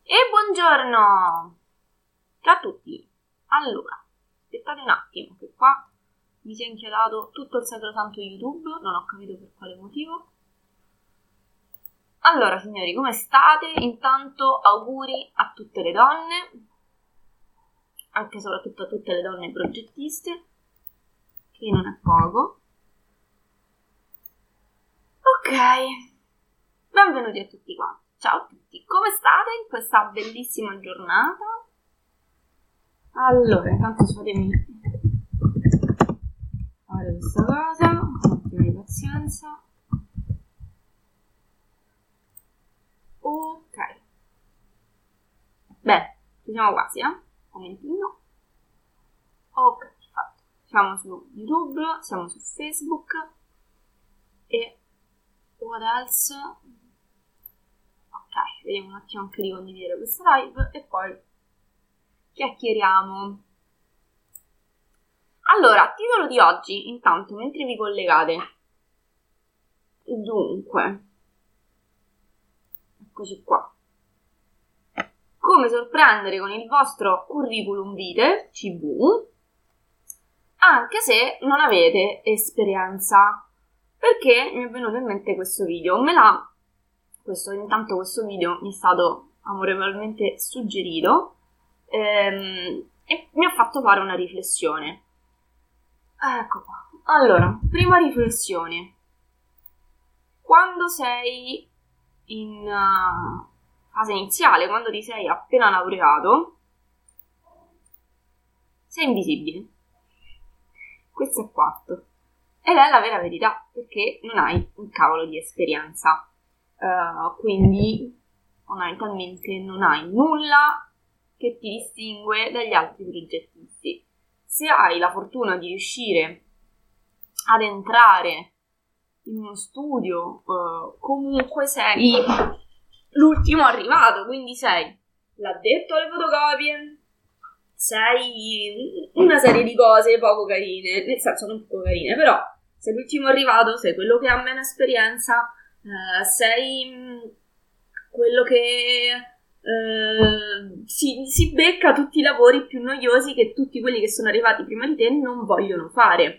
E buongiorno! Ciao a tutti! Allora, aspettate un attimo che qua mi si è inchiodato tutto il sacrosanto YouTube, non ho capito per quale motivo. Allora, signori, come state? Intanto auguri a tutte le donne, anche e soprattutto a tutte le donne progettiste, che non è poco. Ok, benvenuti a tutti qua. Ciao a tutti, come state in questa bellissima giornata? Allora, intanto fatemi fare questa cosa, un attimo di pazienza. Ok. Beh, ci siamo quasi, Un momentino. Ok, fatto. Siamo su YouTube, siamo su Facebook e what else? Ok, vediamo un attimo anche di condividere questa live e poi chiacchieriamo. Allora, titolo di oggi, intanto, mentre vi collegate. Dunque, eccoci qua. Come sorprendere con il vostro curriculum vitae, CV, anche se non avete esperienza. Perché mi è venuto in mente questo video? Intanto questo video mi è stato amorevolmente suggerito e mi ha fatto fare una riflessione. Ecco qua. Allora, prima riflessione. Quando sei in fase iniziale, quando ti sei appena laureato, sei invisibile. Questo è fatto. Ed è la vera verità, perché non hai un cavolo di esperienza. Quindi, fondamentalmente, non hai nulla che ti distingue dagli altri progettisti. Se hai la fortuna di riuscire ad entrare in uno studio, comunque sei l'ultimo arrivato, quindi sei l'addetto alle fotocopie, sei una serie di cose poco carine, nel senso non poco carine, però sei l'ultimo arrivato, sei quello che ha meno esperienza, sei quello che si becca tutti i lavori più noiosi che tutti quelli che sono arrivati prima di te non vogliono fare.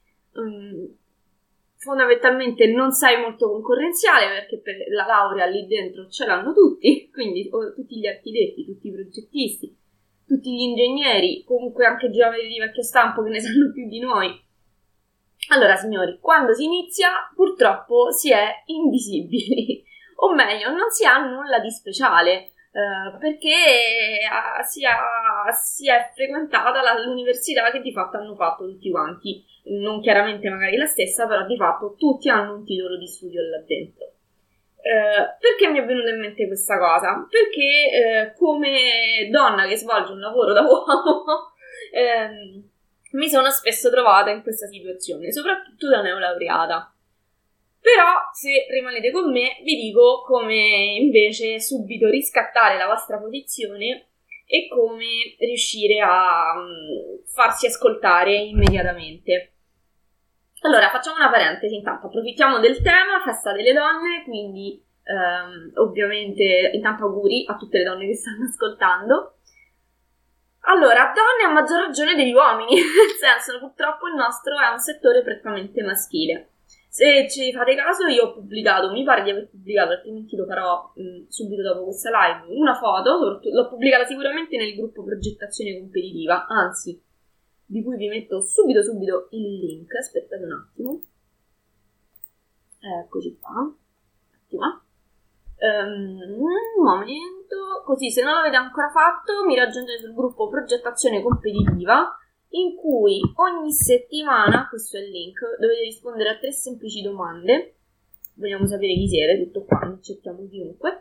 Fondamentalmente non sei molto concorrenziale perché per la laurea lì dentro ce l'hanno tutti, quindi tutti gli architetti, tutti i progettisti, tutti gli ingegneri, comunque anche geometri di vecchio stampo che ne sanno più di noi. Allora signori, quando si inizia purtroppo si è invisibili, o meglio non si ha nulla di speciale, perché si è frequentata l'università che di fatto hanno fatto tutti quanti, non chiaramente magari la stessa, però di fatto tutti hanno un titolo di studio là dentro. Perché mi è venuta in mente questa cosa? Perché come donna che svolge un lavoro da uomo mi sono spesso trovata in questa situazione, soprattutto da neolaureata. Però, se rimanete con me, vi dico come invece subito riscattare la vostra posizione e come riuscire a farsi ascoltare immediatamente. Allora, facciamo una parentesi intanto, approfittiamo del tema, festa delle donne, quindi ovviamente intanto auguri a tutte le donne che stanno ascoltando. Allora, donne a maggior ragione degli uomini, nel senso purtroppo il nostro è un settore prettamente maschile. Se ci fate caso io ho pubblicato, mi pare di aver pubblicato, altrimenti lo farò subito dopo questa live, una foto, l'ho pubblicata sicuramente nel gruppo progettazione competitiva, anzi, di cui vi metto subito il link, aspettate un attimo. Eccoci qua, un attimo. Un momento, così se non l'avete ancora fatto mi raggiungete sul gruppo progettazione competitiva in cui ogni settimana, questo è il link, dovete rispondere a 3 semplici domande, vogliamo sapere chi siete, tutto qua, non cerchiamo chiunque,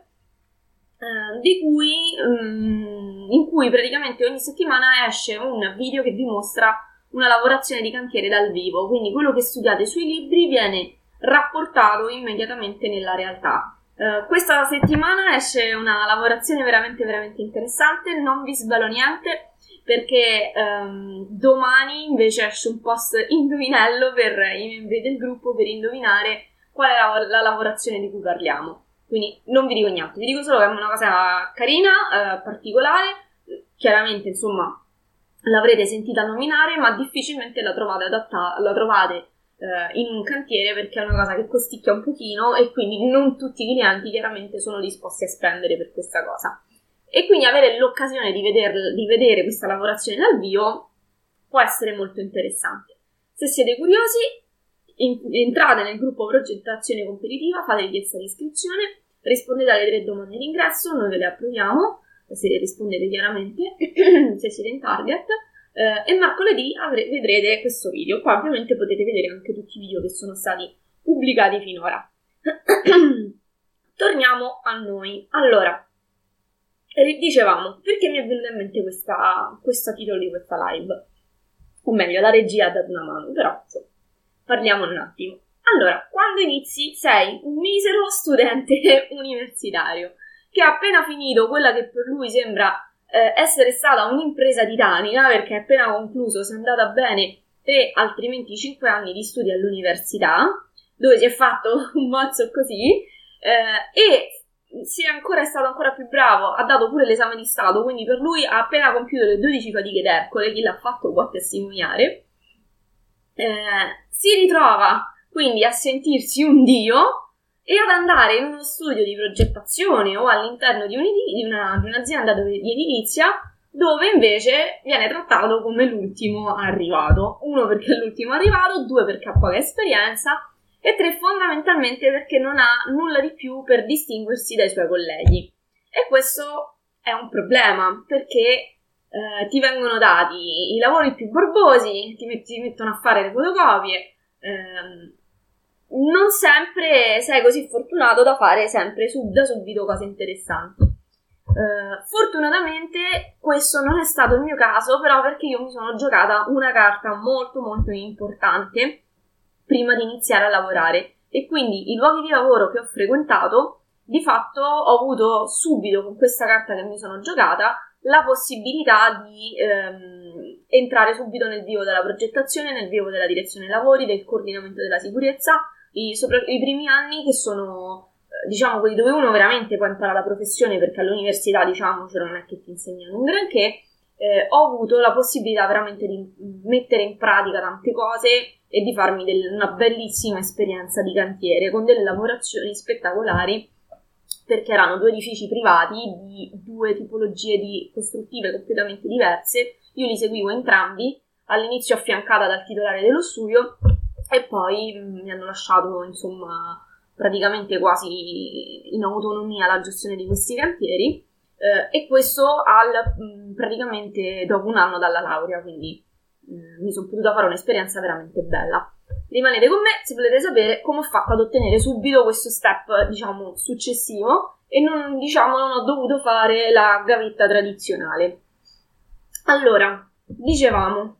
in cui praticamente ogni settimana esce un video che vi mostra una lavorazione di cantiere dal vivo, quindi quello che studiate sui libri viene rapportato immediatamente nella realtà. Questa settimana esce una lavorazione veramente veramente interessante, non vi svelo niente perché domani invece esce un post indovinello per i membri del gruppo per indovinare qual è la lavorazione di cui parliamo. Quindi non vi dico niente, vi dico solo che è una cosa carina, particolare, chiaramente insomma l'avrete sentita nominare, ma difficilmente la trovate in un cantiere, perché è una cosa che costicchia un pochino e quindi non tutti i clienti chiaramente sono disposti a spendere per questa cosa. E quindi avere l'occasione di vedere questa lavorazione dal vivo può essere molto interessante. Se siete curiosi, entrate nel gruppo progettazione competitiva, fate richiesta di iscrizione, rispondete alle 3 domande di ingresso, noi ve le approviamo, se rispondete chiaramente, se siete in target, e mercoledì vedrete questo video. Poi ovviamente potete vedere anche tutti i video che sono stati pubblicati finora. Torniamo a noi. Allora, dicevamo, perché mi è venuta in mente questo titolo di questa live? O meglio, la regia ha dato una mano, però insomma, parliamo un attimo. Allora, quando inizi sei un misero studente universitario che ha appena finito quella che per lui sembra essere stata un'impresa titanica, perché è appena concluso, si è andata bene 3, altrimenti 5 anni di studi all'università, dove si è fatto un mozzo così, e è stato ancora più bravo, ha dato pure l'esame di Stato, quindi per lui ha appena compiuto le 12 fatiche d'Ercole, chi l'ha fatto può testimoniare, si ritrova quindi a sentirsi un dio e ad andare in uno studio di progettazione o all'interno di un'azienda di edilizia, dove invece viene trattato come l'ultimo arrivato. 1, perché è l'ultimo arrivato, 2, perché ha poca esperienza, e 3, fondamentalmente perché non ha nulla di più per distinguersi dai suoi colleghi. E questo è un problema, perché ti vengono dati i lavori più borbosi, ti mettono a fare le fotocopie, non sempre sei così fortunato da fare sempre da subito cose interessanti. Fortunatamente questo non è stato il mio caso, però, perché io mi sono giocata una carta molto molto importante prima di iniziare a lavorare, e quindi i luoghi di lavoro che ho frequentato, di fatto ho avuto subito, con questa carta che mi sono giocata, la possibilità di entrare subito nel vivo della progettazione, nel vivo della direzione lavori, del coordinamento della sicurezza, i primi anni, che sono diciamo quelli dove uno veramente poi impara la professione, perché all'università, diciamocelo, non è che ti insegnano un granché. Ho avuto la possibilità veramente di mettere in pratica tante cose e di farmi una bellissima esperienza di cantiere con delle lavorazioni spettacolari, perché erano 2 edifici privati di 2 tipologie di costruttive completamente diverse. Io li seguivo entrambi, all'inizio affiancata dal titolare dello studio, e poi mi hanno lasciato insomma praticamente quasi in autonomia la gestione di questi cantieri, e questo praticamente dopo un anno dalla laurea, quindi mi sono potuta fare un'esperienza veramente bella. Rimanete con me se volete sapere come ho fatto ad ottenere subito questo step, diciamo, successivo, e non ho dovuto fare la gavetta tradizionale. Allora, dicevamo,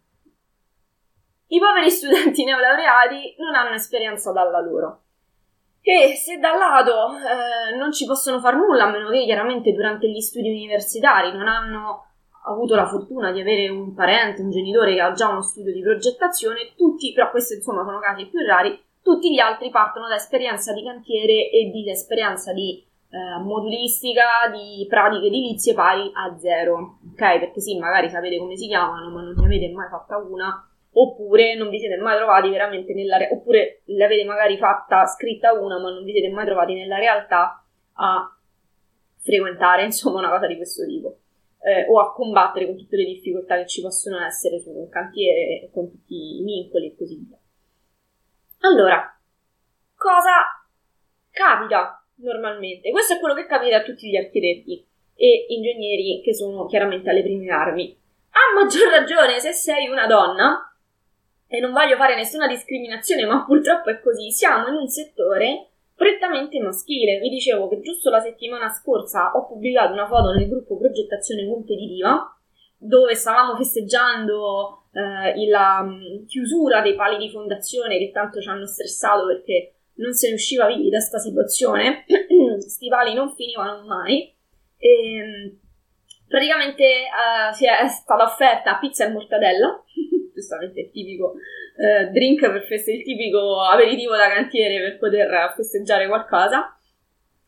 i poveri studenti neolaureati non hanno esperienza dalla loro. E se da un lato non ci possono far nulla, a meno che chiaramente durante gli studi universitari non hanno avuto la fortuna di avere un parente, un genitore che ha già uno studio di progettazione, però questi insomma sono casi più rari, tutti gli altri partono da esperienza di cantiere e di esperienza di modulistica, di pratiche edilizie pari a 0, ok? Perché sì, magari sapete come si chiamano, ma non ne avete mai fatta una, oppure non vi siete mai trovati veramente oppure l'avete magari scritta una, ma non vi siete mai trovati nella realtà a frequentare, insomma, una cosa di questo tipo, o a combattere con tutte le difficoltà che ci possono essere su un cantiere, con tutti i vincoli e così via. Allora, cosa capita normalmente? Questo è quello che capita a tutti gli architetti e ingegneri che sono chiaramente alle prime armi. A maggior ragione se sei una donna, e non voglio fare nessuna discriminazione, ma purtroppo è così, siamo in un settore prettamente maschile. Vi dicevo che giusto la settimana scorsa ho pubblicato una foto nel gruppo progettazione competitiva, dove stavamo festeggiando la chiusura dei pali di fondazione, che tanto ci hanno stressato perché non se ne usciva vivi da sta situazione. Sti pali non finivano mai, e praticamente è stata offerta pizza e mortadella, giustamente il tipico drink per il tipico aperitivo da cantiere per poter festeggiare qualcosa,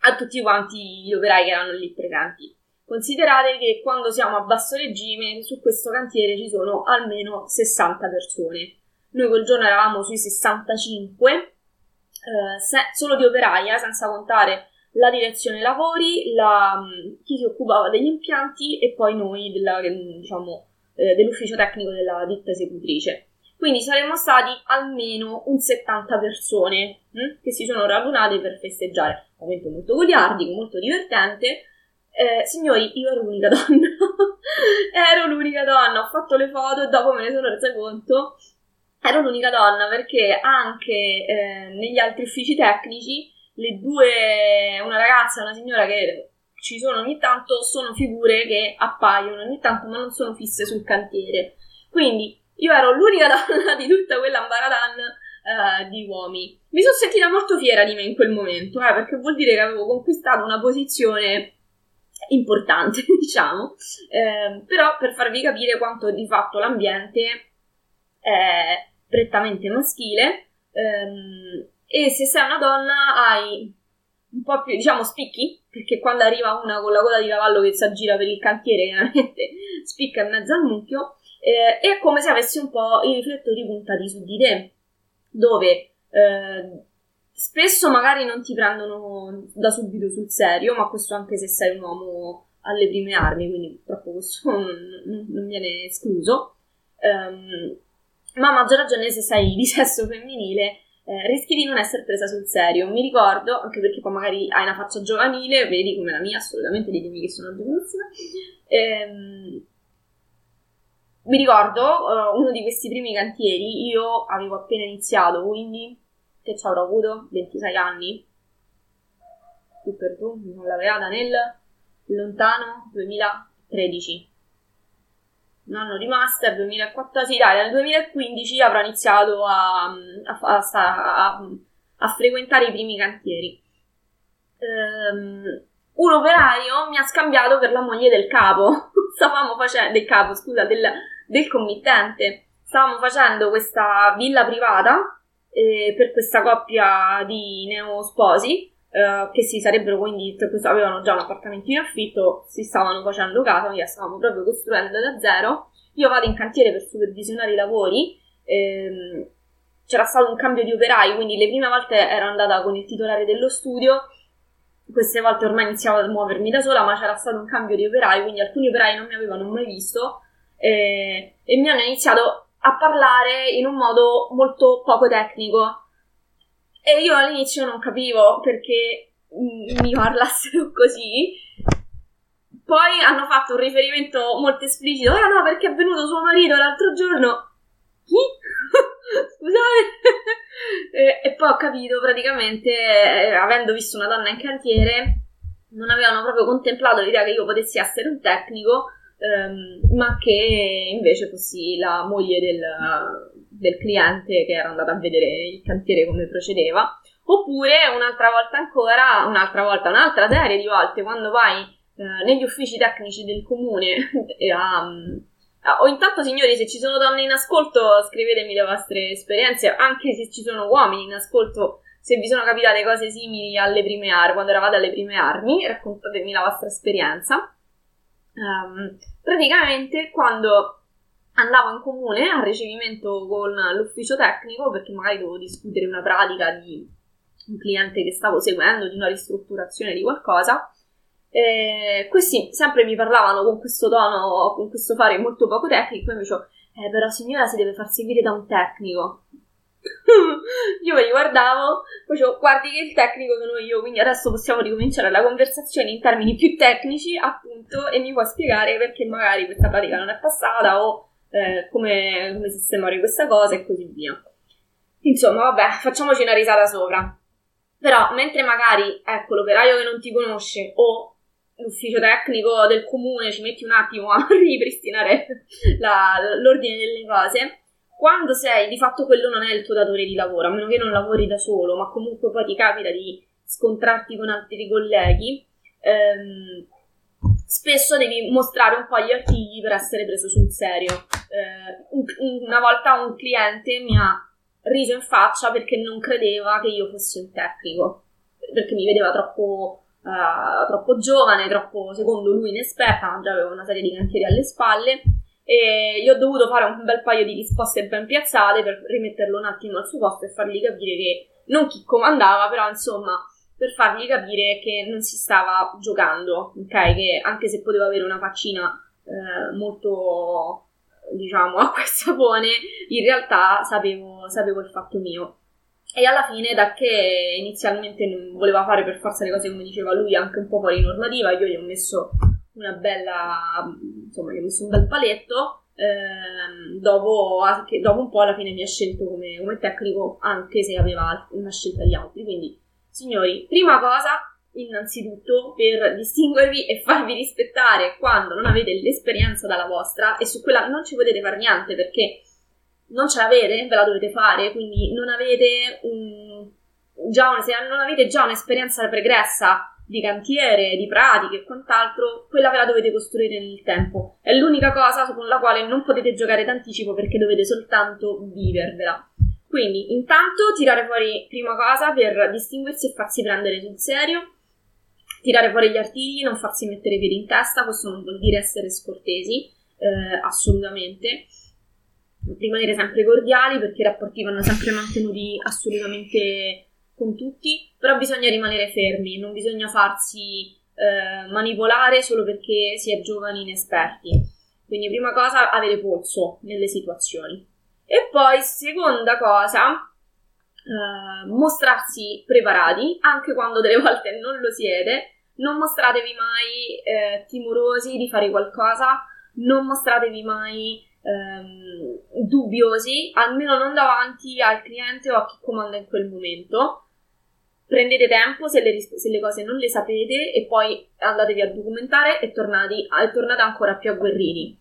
a tutti quanti gli operai che erano lì presenti. Considerate che quando siamo a basso regime su questo cantiere ci sono almeno 60 persone. Noi quel giorno eravamo sui 65, solo di operai, senza contare la direzione lavori, chi si occupava degli impianti e poi noi dell'ufficio tecnico della ditta esecutrice. Quindi saremmo stati almeno un 70 persone che si sono radunate per festeggiare. Un momento molto goliardico, molto divertente. Signori, io ero l'unica donna. Ero l'unica donna, ho fatto le foto e dopo me ne sono resa conto. Ero l'unica donna perché anche negli altri uffici tecnici una ragazza e una signora che ci sono ogni tanto sono figure che appaiono ogni tanto ma non sono fisse sul cantiere. Quindi io ero l'unica donna di tutta quella ambaradan di uomini. Mi sono sentita molto fiera di me in quel momento, perché vuol dire che avevo conquistato una posizione importante, diciamo. Però per farvi capire quanto di fatto l'ambiente è prettamente maschile, e se sei una donna hai un po' più, diciamo, spicchi, perché quando arriva una con la coda di cavallo che si aggira per il cantiere, chiaramente spicca in mezzo al mucchio. È come se avessi un po' i riflettori puntati su di te, dove spesso magari non ti prendono da subito sul serio, ma questo anche se sei un uomo alle prime armi, quindi purtroppo questo non viene escluso, ma a maggior ragione se sei di sesso femminile rischi di non essere presa sul serio. Mi ricordo, anche perché poi magari hai una faccia giovanile, vedi come la mia, assolutamente ditemi che sono giovanissima. Mi ricordo uno di questi primi cantieri, io avevo appena iniziato, quindi che ci avrò avuto 26 anni, tu per tu, mi sono laureata nel lontano 2013, un anno di master, 2014, sì, dai, nel 2015 avrò iniziato a frequentare i primi cantieri. Un operaio mi ha scambiato per la moglie del capo, del committente. Stavamo facendo questa villa privata per questa coppia di neosposi che si sarebbero quindi avevano già un appartamento in affitto, si stavano facendo casa, quindi la stavamo proprio costruendo da zero. Io vado in cantiere per supervisionare i lavori, c'era stato un cambio di operai, quindi le prime volte ero andata con il titolare dello studio, queste volte ormai iniziavo a muovermi da sola, ma c'era stato un cambio di operai, quindi alcuni operai non mi avevano mai visto e mi hanno iniziato a parlare in un modo molto poco tecnico e io all'inizio non capivo perché mi parlassero così. Poi hanno fatto un riferimento molto esplicito, no, perché è venuto suo marito l'altro giorno. Chi? Scusate. E poi ho capito praticamente, avendo visto una donna in cantiere, non avevano proprio contemplato l'idea che io potessi essere un tecnico, ma che invece fossi la moglie del cliente che era andata a vedere il cantiere come procedeva. Oppure un'altra serie di volte, quando vai negli uffici tecnici del comune o intanto, signori, se ci sono donne in ascolto scrivetemi le vostre esperienze, anche se ci sono uomini in ascolto, se vi sono capitate cose simili alle prime armi, quando eravate alle prime armi, raccontatemi la vostra esperienza. Praticamente quando andavo in comune al ricevimento con l'ufficio tecnico, perché magari dovevo discutere una pratica di un cliente che stavo seguendo, di una ristrutturazione di qualcosa, questi sempre mi parlavano con questo tono, con questo fare molto poco tecnico, e mi dicevo, però signora si deve far seguire da un tecnico. Io me li guardavo, poi dicevo, guardi che il tecnico sono io, quindi adesso possiamo ricominciare la conversazione in termini più tecnici, appunto, e mi può spiegare perché magari questa pratica non è passata o come sistemare questa cosa e così via. Insomma, vabbè, facciamoci una risata sopra. Però, mentre magari, ecco, l'operaio che non ti conosce o l'ufficio tecnico del comune ci metti un attimo a ripristinare l'ordine delle cose, quando sei, di fatto quello non è il tuo datore di lavoro, a meno che non lavori da solo, ma comunque poi ti capita di scontrarti con altri colleghi, spesso devi mostrare un po' gli artigli per essere preso sul serio. Una volta un cliente mi ha riso in faccia perché non credeva che io fossi un tecnico, perché mi vedeva troppo troppo giovane, troppo secondo lui inesperta, ma già avevo una serie di cantieri alle spalle, e gli ho dovuto fare un bel paio di risposte ben piazzate per rimetterlo un attimo al suo posto e fargli capire che non chi comandava, però insomma per fargli capire che non si stava giocando, ok? Che anche se poteva avere una faccina molto, diciamo, acqua e sapone, in realtà sapevo il fatto mio. E alla fine, da che inizialmente non voleva fare per forza le cose come diceva lui, anche un po' fuori normativa, io gli ho messo una bella, insomma, gli ho messo un bel paletto. Dopo un po' alla fine mi ha scelto come tecnico, anche se aveva una scelta di altri. Quindi, signori, prima cosa, innanzitutto, per distinguervi e farvi rispettare quando non avete l'esperienza dalla vostra, e su quella non ci potete fare niente perché non ce l'avete, ve la dovete fare, quindi non avete se non avete già un'esperienza pregressa di cantiere, di pratiche e quant'altro, quella ve la dovete costruire nel tempo. È l'unica cosa con la quale non potete giocare d'anticipo perché dovete soltanto vivervela. Quindi, intanto, tirare fuori, prima cosa, per distinguersi e farsi prendere sul serio, tirare fuori gli artigli, non farsi mettere i piedi in testa, questo non vuol dire essere scortesi, assolutamente. Rimanere sempre cordiali perché i rapporti vanno sempre mantenuti assolutamente con tutti, però bisogna rimanere fermi, non bisogna farsi manipolare solo perché si è giovani inesperti. Quindi prima cosa, avere polso nelle situazioni. E poi seconda cosa, mostrarsi preparati anche quando delle volte non lo siete. Non mostratevi mai timorosi di fare qualcosa, non mostratevi mai dubbiosi, almeno non davanti al cliente o a chi comanda in quel momento. Prendete tempo se le cose non le sapete e poi andatevi a documentare e tornate ancora più agguerriti.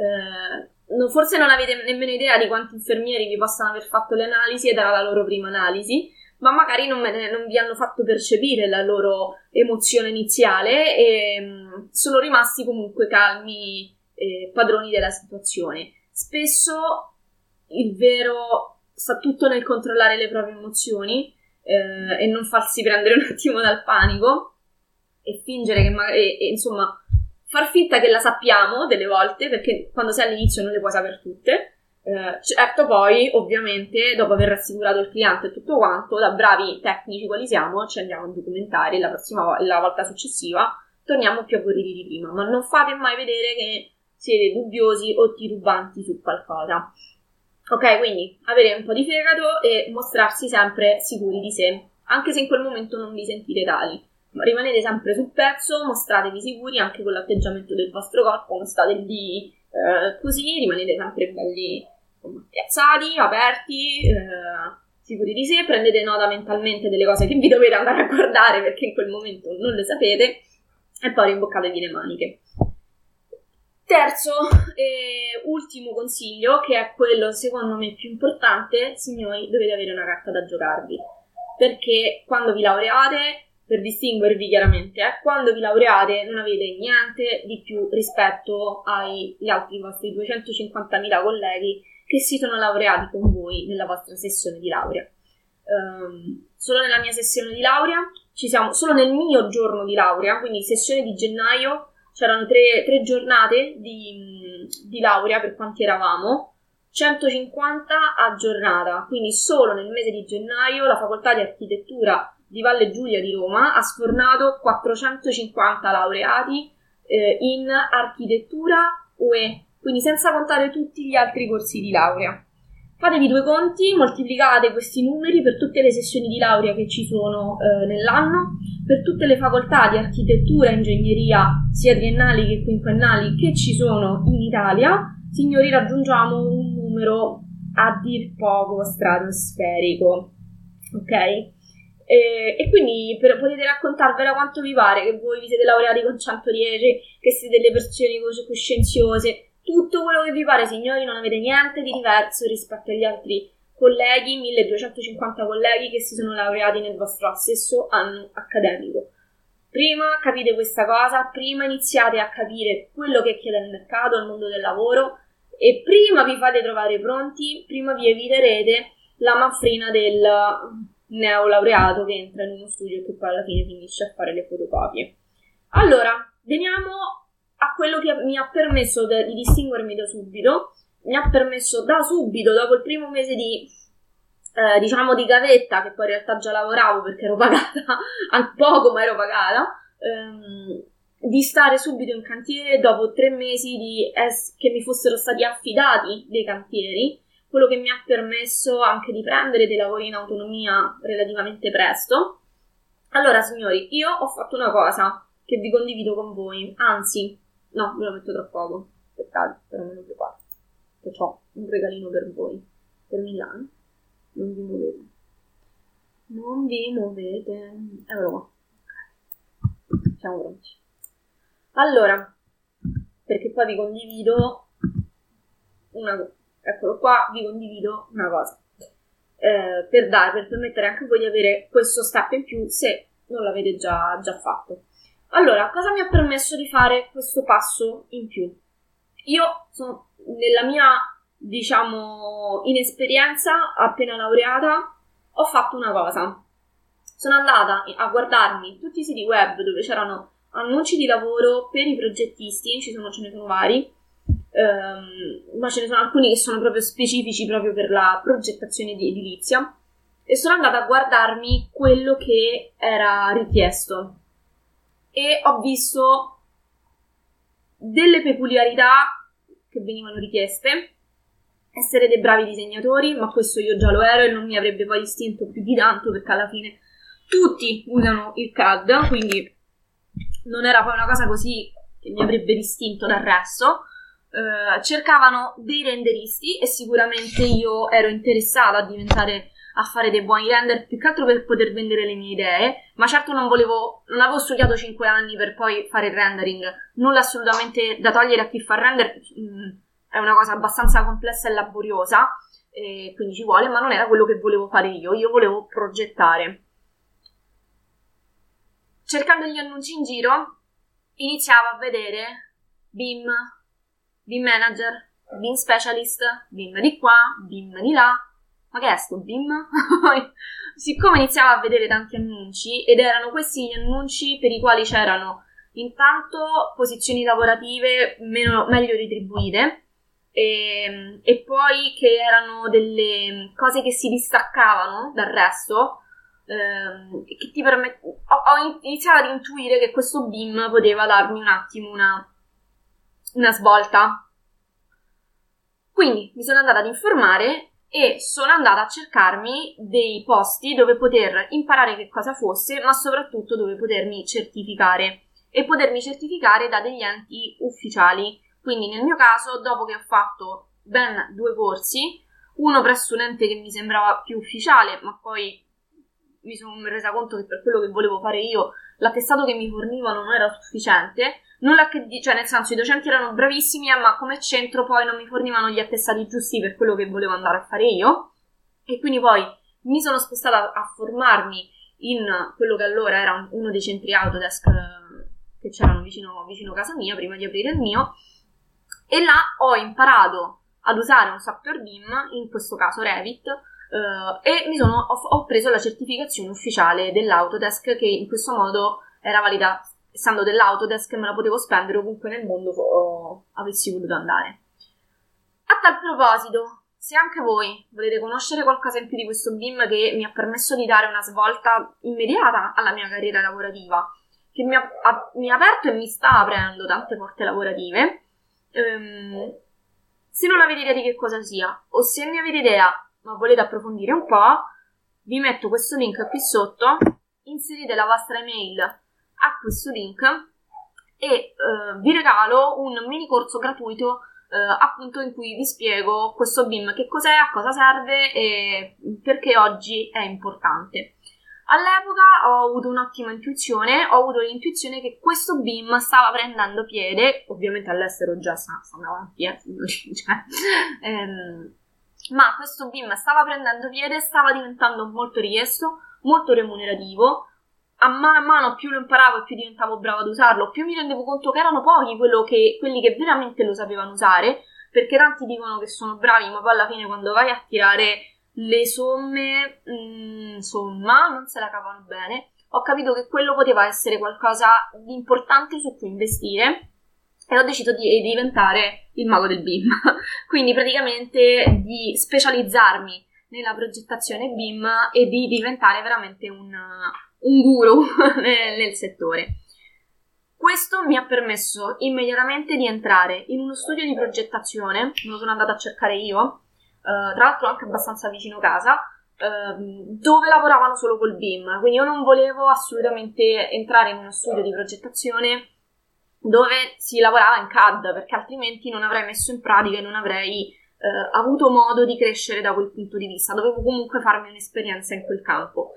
Forse non avete nemmeno idea di quanti infermieri vi possano aver fatto le analisi ed era la loro prima analisi, ma magari non vi hanno fatto percepire la loro emozione iniziale e sono rimasti comunque calmi, padroni della situazione. Spesso il vero sta tutto nel controllare le proprie emozioni e non farsi prendere un attimo dal panico e fingere che magari, insomma, far finta che la sappiamo delle volte, perché quando sei all'inizio non le puoi sapere tutte. Certo, poi ovviamente dopo aver rassicurato il cliente e tutto quanto, da bravi tecnici quali siamo, ci andiamo a documentare la volta successiva torniamo più agguerriti di prima, ma non fate mai vedere che siete dubbiosi o titubanti su qualcosa. Ok, quindi avere un po' di fegato e mostrarsi sempre sicuri di sé, anche se in quel momento non vi sentite tali. Ma rimanete sempre sul pezzo, mostratevi sicuri anche con l'atteggiamento del vostro corpo, non state lì così, rimanete sempre belli piazzati, aperti, sicuri di sé, prendete nota mentalmente delle cose che vi dovete andare a guardare perché in quel momento non le sapete e poi rimboccatevi le maniche. Terzo e ultimo consiglio, che è quello secondo me più importante, signori, dovete avere una carta da giocarvi, perché quando vi laureate, per distinguervi chiaramente, quando vi laureate non avete niente di più rispetto agli altri vostri 250.000 colleghi che si sono laureati con voi nella vostra sessione di laurea. Solo nella mia sessione di laurea, solo nel mio giorno di laurea, quindi sessione di gennaio, c'erano tre giornate di laurea per quanti eravamo, 150 a giornata, quindi solo nel mese di gennaio la facoltà di architettura di Valle Giulia di Roma ha sfornato 450 laureati in architettura UE, quindi senza contare tutti gli altri corsi di laurea. Fatevi due conti, moltiplicate questi numeri per tutte le sessioni di laurea che ci sono nell'anno, per tutte le facoltà di architettura e ingegneria, sia triennali che quinquennali, che ci sono in Italia. Signori, raggiungiamo un numero a dir poco stratosferico, ok? E quindi potete raccontarvela quanto vi pare, che voi vi siete laureati con 110, che siete delle persone coscienziose, tutto quello che vi pare, signori, non avete niente di diverso rispetto agli altri colleghi, 1250 colleghi che si sono laureati nel vostro stesso anno accademico. Prima capite questa cosa, prima iniziate a capire quello che chiede il mercato, il mondo del lavoro, e prima vi fate trovare pronti, prima vi eviterete la manfrina del neolaureato che entra in uno studio e che poi alla fine finisce a fare le fotocopie. Allora, veniamo a quello che mi ha permesso di distinguermi da subito. Mi ha permesso da subito, dopo il primo mese di diciamo di gavetta, che poi in realtà già lavoravo perché ero pagata poco, ma ero pagata, di stare subito in cantiere dopo 3 mesi che mi fossero stati affidati dei cantieri, quello che mi ha permesso anche di prendere dei lavori in autonomia relativamente presto. Allora, signori, io ho fatto una cosa che vi condivido con voi, anzi, no, ve lo metto tra poco, aspettate, però me lo preparo, che ho un regalino per voi, per Milano. Non vi muovete. Non vi muovete. Eccolo qua. Ok. Siamo pronti. Allora, perché poi vi condivido eccolo qua, vi condivido una cosa. Per permettere anche a voi di avere questo step in più se non l'avete già fatto. Allora, cosa mi ha permesso di fare questo passo in più? Io sono nella mia, diciamo, inesperienza, appena laureata, ho fatto una cosa. Sono andata a guardarmi tutti i siti web dove c'erano annunci di lavoro per i progettisti, ce ne sono vari, ma ce ne sono alcuni che sono proprio specifici proprio per la progettazione di edilizia, e sono andata a guardarmi quello che era richiesto e ho visto delle peculiarità che venivano richieste. Essere dei bravi disegnatori, ma questo io già lo ero e non mi avrebbe poi distinto più di tanto, perché alla fine tutti usano il CAD, quindi non era poi una cosa così che mi avrebbe distinto dal resto. Cercavano dei renderisti e sicuramente io ero interessata a fare dei buoni render, più che altro per poter vendere le mie idee, ma certo non avevo studiato 5 anni per poi fare il rendering, nulla assolutamente da togliere a chi fa render. È una cosa abbastanza complessa e laboriosa, quindi ci vuole, ma non era quello che volevo fare io volevo progettare. Cercando gli annunci in giro, iniziavo a vedere BIM Manager, BIM Specialist, BIM di qua, BIM di là. Ma che è sto BIM? Siccome iniziavo a vedere tanti annunci, ed erano questi gli annunci per i quali c'erano intanto posizioni lavorative meglio retribuite, e poi che erano delle cose che si distaccavano dal resto, che ti ho iniziato ad intuire che questo BIM poteva darmi un attimo una svolta. Quindi mi sono andata ad informare e sono andata a cercarmi dei posti dove poter imparare che cosa fosse, ma soprattutto dove potermi certificare, e potermi certificare da degli enti ufficiali. Quindi nel mio caso, dopo che ho fatto ben 2 corsi, uno presso un ente che mi sembrava più ufficiale, ma poi mi sono resa conto che per quello che volevo fare io l'attestato che mi fornivano non era sufficiente, nulla che cioè nel senso i docenti erano bravissimi, ma come centro poi non mi fornivano gli attestati giusti per quello che volevo andare a fare io, e quindi poi mi sono spostata a formarmi in quello che allora era uno dei centri Autodesk che c'erano vicino casa mia prima di aprire il mio, e là ho imparato ad usare un software BIM, in questo caso Revit, e ho preso la certificazione ufficiale dell'Autodesk, che in questo modo era valida, essendo dell'Autodesk me la potevo spendere ovunque nel mondo avessi voluto andare. A tal proposito, se anche voi volete conoscere qualcosa in più di questo BIM che mi ha permesso di dare una svolta immediata alla mia carriera lavorativa, che mi ha aperto e mi sta aprendo tante porte lavorative, se non avete idea di che cosa sia, o se ne avete idea ma volete approfondire un po', vi metto questo link qui sotto, inserite la vostra email a questo link e vi regalo un mini corso gratuito appunto in cui vi spiego questo BIM, che cos'è, a cosa serve e perché oggi è importante. All'epoca ho avuto un'ottima intuizione, ho avuto l'intuizione che questo BIM stava prendendo piede, ovviamente all'estero già sta avanti, ma questo BIM stava prendendo piede, stava diventando molto richiesto, molto remunerativo. A mano più lo imparavo e più diventavo brava ad usarlo, più mi rendevo conto che erano pochi quelli che veramente lo sapevano usare, perché tanti dicono che sono bravi, ma poi alla fine quando vai a tirare le somme, insomma, non se la cavano bene. Ho capito che quello poteva essere qualcosa di importante su cui investire e ho deciso di diventare il mago del BIM. Quindi praticamente di specializzarmi nella progettazione BIM e di diventare veramente un guru nel settore. Questo mi ha permesso immediatamente di entrare in uno studio di progettazione, me lo sono andata a cercare io, tra l'altro anche abbastanza vicino casa, dove lavoravano solo col BIM, quindi io non volevo assolutamente entrare in uno studio di progettazione dove si lavorava in CAD, perché altrimenti non avrei messo in pratica e non avrei avuto modo di crescere da quel punto di vista. Dovevo comunque farmi un'esperienza in quel campo.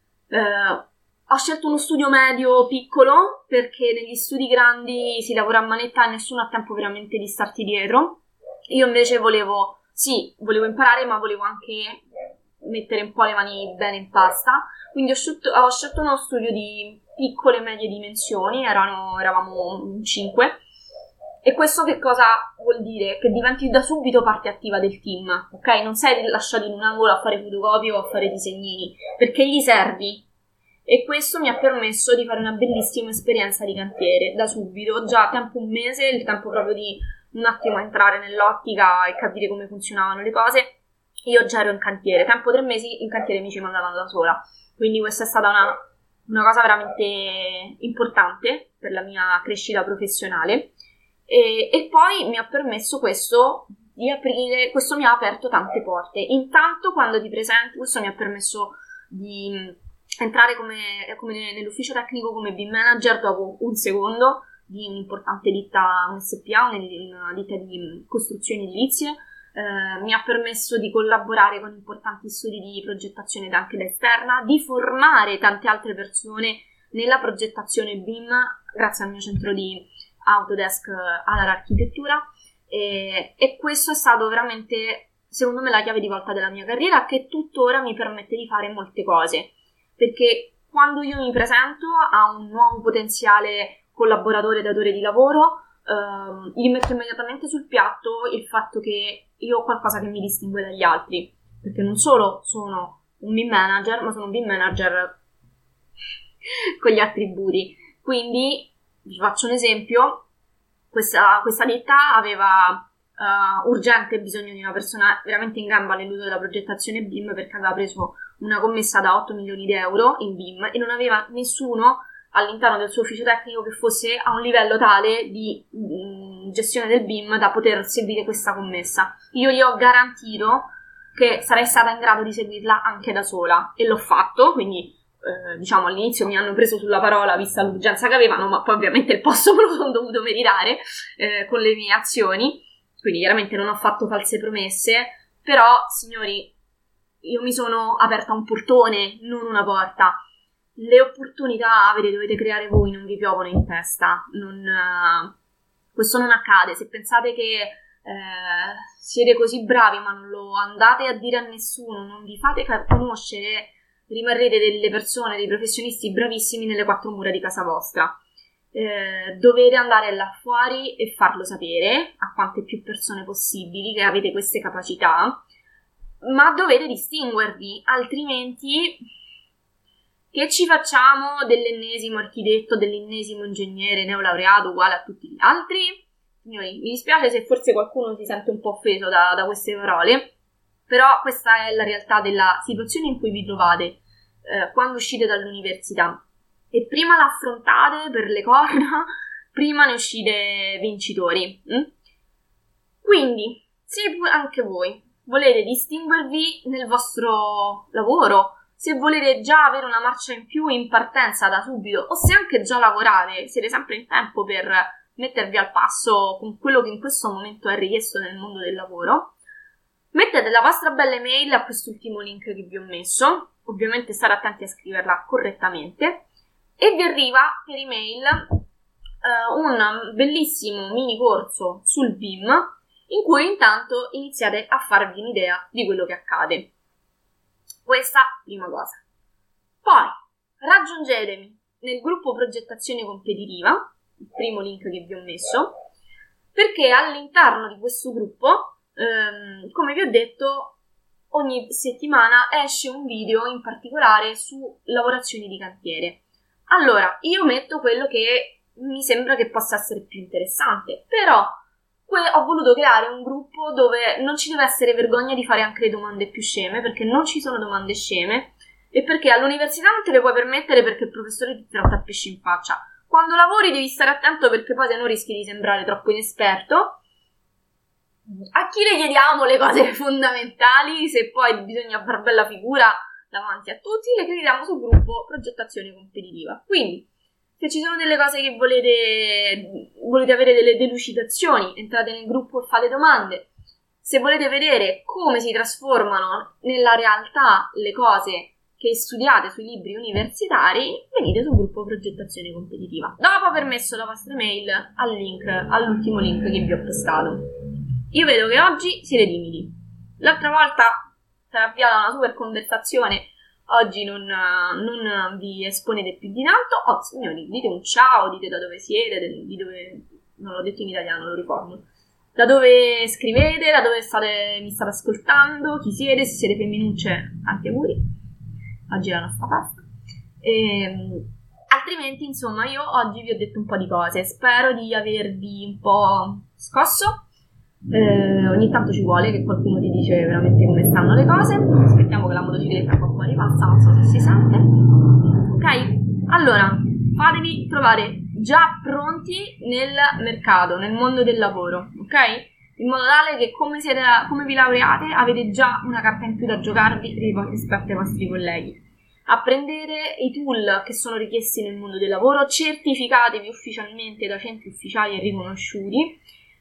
Ho scelto uno studio medio piccolo perché negli studi grandi si lavora a manetta e nessuno ha tempo veramente di starti dietro. Io invece volevo imparare, ma volevo anche mettere un po' le mani bene in pasta, quindi ho scelto uno studio di piccole e medie dimensioni, eravamo in 5, e questo che cosa vuol dire? Che diventi da subito parte attiva del team, ok? Non sei lasciato in un angolo a fare fotocopie o a fare disegnini, perché gli servi, e questo mi ha permesso di fare una bellissima esperienza di cantiere da subito, già tempo un mese, il tempo proprio di un attimo entrare nell'ottica e capire come funzionavano le cose. Io già ero in cantiere, tempo 3 mesi in cantiere mi ci mandavano da sola, quindi questa è stata una cosa veramente importante per la mia crescita professionale, e poi mi ha permesso questo mi ha aperto tante porte. Intanto quando ti presenti, questo mi ha permesso di entrare come nell'ufficio tecnico come BIM manager dopo un secondo di un'importante ditta, un SPA, una ditta di costruzioni edilizie. Mi ha permesso di collaborare con importanti studi di progettazione anche da esterna, di formare tante altre persone nella progettazione BIM grazie al mio centro di Autodesk all'architettura, e questo è stato veramente, secondo me, la chiave di volta della mia carriera, che tuttora mi permette di fare molte cose, perché quando io mi presento a un nuovo potenziale collaboratore, datore di lavoro, gli metto immediatamente sul piatto il fatto che io ho qualcosa che mi distingue dagli altri, perché non solo sono un BIM manager, ma sono un BIM manager con gli attributi. Quindi vi faccio un esempio: questa ditta aveva urgente bisogno di una persona veramente in gamba nell'uso della progettazione BIM, perché aveva preso una commessa da 8 milioni di euro in BIM e non aveva nessuno all'interno del suo ufficio tecnico che fosse a un livello tale di gestione del BIM da poter seguire questa commessa. Io gli ho garantito che sarei stata in grado di seguirla anche da sola, e l'ho fatto, quindi diciamo all'inizio mi hanno preso sulla parola vista l'urgenza che avevano, ma poi ovviamente il posto me lo sono dovuto meritare con le mie azioni, quindi chiaramente non ho fatto false promesse, però signori, io mi sono aperta un portone, non una porta. Le opportunità ve le dovete creare voi, non vi piovono in testa. Questo non accade. Se pensate che siete così bravi ma non lo andate a dire a nessuno, non vi fate conoscere, rimarrete delle persone, dei professionisti bravissimi nelle 4 mura di casa vostra. Dovete andare là fuori e farlo sapere a quante più persone possibili che avete queste capacità, ma dovete distinguervi, altrimenti che ci facciamo dell'ennesimo architetto, dell'ennesimo ingegnere neolaureato uguale a tutti gli altri? Signori, mi dispiace se forse qualcuno si sente un po' offeso da queste parole, però questa è la realtà della situazione in cui vi trovate quando uscite dall'università, e prima l'affrontate per le corna, prima ne uscite vincitori. Quindi, se anche voi volete distinguervi nel vostro lavoro, se volete già avere una marcia in più in partenza da subito, o se anche già lavorate, siete sempre in tempo per mettervi al passo con quello che in questo momento è richiesto nel mondo del lavoro, mettete la vostra bella email a quest'ultimo link che vi ho messo, ovviamente stare attenti a scriverla correttamente, e vi arriva per email un bellissimo mini corso sul BIM, in cui intanto iniziate a farvi un'idea di quello che accade. Questa prima cosa. Poi raggiungetemi nel gruppo progettazione competitiva, il primo link che vi ho messo, perché all'interno di questo gruppo, come vi ho detto, ogni settimana esce un video in particolare su lavorazioni di cantiere. Allora, io metto quello che mi sembra che possa essere più interessante, però ho voluto creare un gruppo dove non ci deve essere vergogna di fare anche le domande più sceme, perché non ci sono domande sceme, e perché all'università non te le puoi permettere perché il professore ti tratta a pesci in faccia. Quando lavori devi stare attento perché poi se no rischi di sembrare troppo inesperto. A chi le chiediamo le cose fondamentali, se poi bisogna far bella figura davanti a tutti, le chiediamo sul gruppo progettazione competitiva. Quindi, se ci sono delle cose che volete avere delle delucidazioni, entrate nel gruppo e fate domande. Se volete vedere come si trasformano nella realtà le cose che studiate sui libri universitari, venite sul gruppo progettazione competitiva. Dopo aver messo la vostra mail all'ultimo link che vi ho postato. Io vedo che oggi siete timidi. L'altra volta si è avviata una super conversazione, oggi non vi esponete più di tanto. Oh, signori, dite un ciao, dite da dove siete, di dove... non l'ho detto in italiano, lo riformulo. Da dove scrivete, da dove mi state ascoltando, chi siete, se siete femminucce, tanti auguri. Oggi è la nostra festa. Altrimenti, insomma, io oggi vi ho detto un po' di cose. Spero di avervi un po' scosso. Ogni tanto ci vuole che qualcuno ti dice veramente come stanno le cose. Aspettiamo che la motocicletta qua fuori passa, non so se si sente. Ok? Allora, fatevi trovare già pronti nel mercato, nel mondo del lavoro, ok? In modo tale che come vi laureate avete già una carta in più da giocarvi rispetto ai vostri colleghi. Apprendete i tool che sono richiesti nel mondo del lavoro, certificatevi ufficialmente da centri ufficiali e riconosciuti.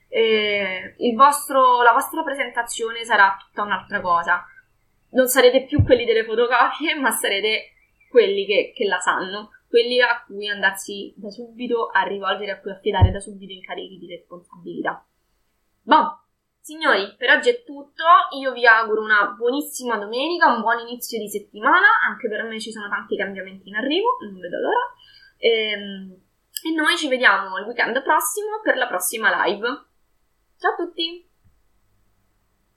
La vostra presentazione sarà tutta un'altra cosa. Non sarete più quelli delle fotocopie, ma sarete quelli che la sanno, quelli a cui andarsi da subito a rivolgere, a cui affidare da subito incarichi di responsabilità. Boh, signori, per oggi è tutto. Io vi auguro una buonissima domenica, un buon inizio di settimana. Anche per me ci sono tanti cambiamenti in arrivo, non vedo l'ora. E noi ci vediamo il weekend prossimo per la prossima live. Ciao a tutti!